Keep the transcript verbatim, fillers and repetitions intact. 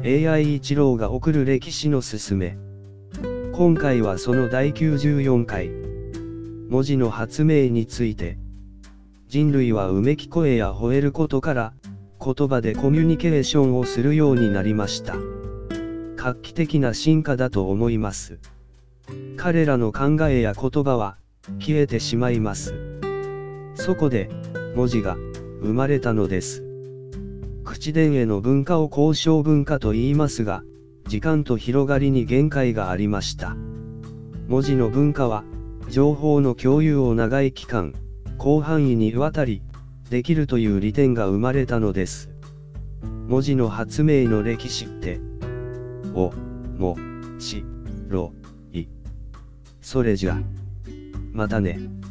エーアイ 一郎が送る歴史のすすめ。今回はそのだいきゅうじゅうよんかい。文字の発明について。人類はうめき声や吠えることから、言葉でコミュニケーションをするようになりました。画期的な進化だと思います。彼らの考えや言葉は、消えてしまいます。そこで、文字が、生まれたのです。口伝への文化を交渉文化と言いますが、時間と広がりに限界がありました。文字の文化は、情報の共有を長い期間、広範囲にわたり、できるという利点が生まれたのです。文字の発明の歴史って、お、も、し、ろ、い。それじゃ、またね。